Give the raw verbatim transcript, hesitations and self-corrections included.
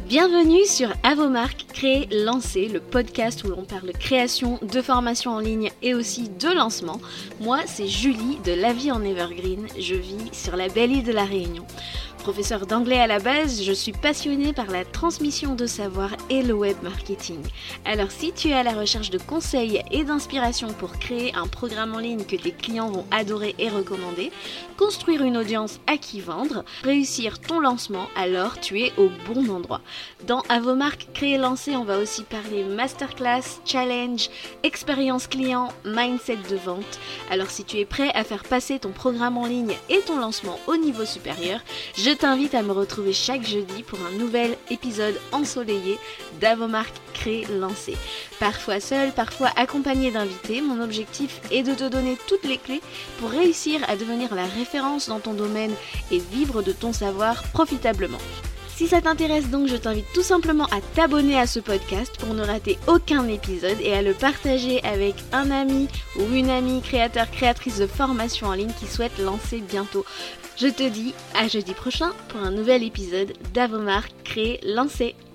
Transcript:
Bienvenue sur À vos marques, créer, lancer, le podcast où l'on parle création, de formation en ligne et aussi de lancement. Moi, c'est Julie de La Vie en Evergreen. Je vis sur la belle île de la Réunion. Professeure d'anglais à la base, je suis passionnée par la transmission de savoir et le web marketing. Alors si tu es à la recherche de conseils et d'inspiration pour créer un programme en ligne que tes clients vont adorer et recommander, construire une audience à qui vendre, réussir ton lancement, alors tu es au bon endroit. Dans À vos marques, créer, lancer, on va aussi parler masterclass, challenge, expérience client, mindset de vente. Alors si tu es prêt à faire passer ton programme en ligne et ton lancement au niveau supérieur, je Je t'invite à me retrouver chaque jeudi pour un nouvel épisode ensoleillé d'À vos marques, créer, lancer. Parfois seul, parfois accompagné d'invités, mon objectif est de te donner toutes les clés pour réussir à devenir la référence dans ton domaine et vivre de ton savoir profitablement. Si ça t'intéresse donc, je t'invite tout simplement à t'abonner à ce podcast pour ne rater aucun épisode et à le partager avec un ami ou une amie créateur, créatrice de formation en ligne qui souhaite lancer bientôt. Je te dis à jeudi prochain pour un nouvel épisode d'À vos marques, créer, lancer.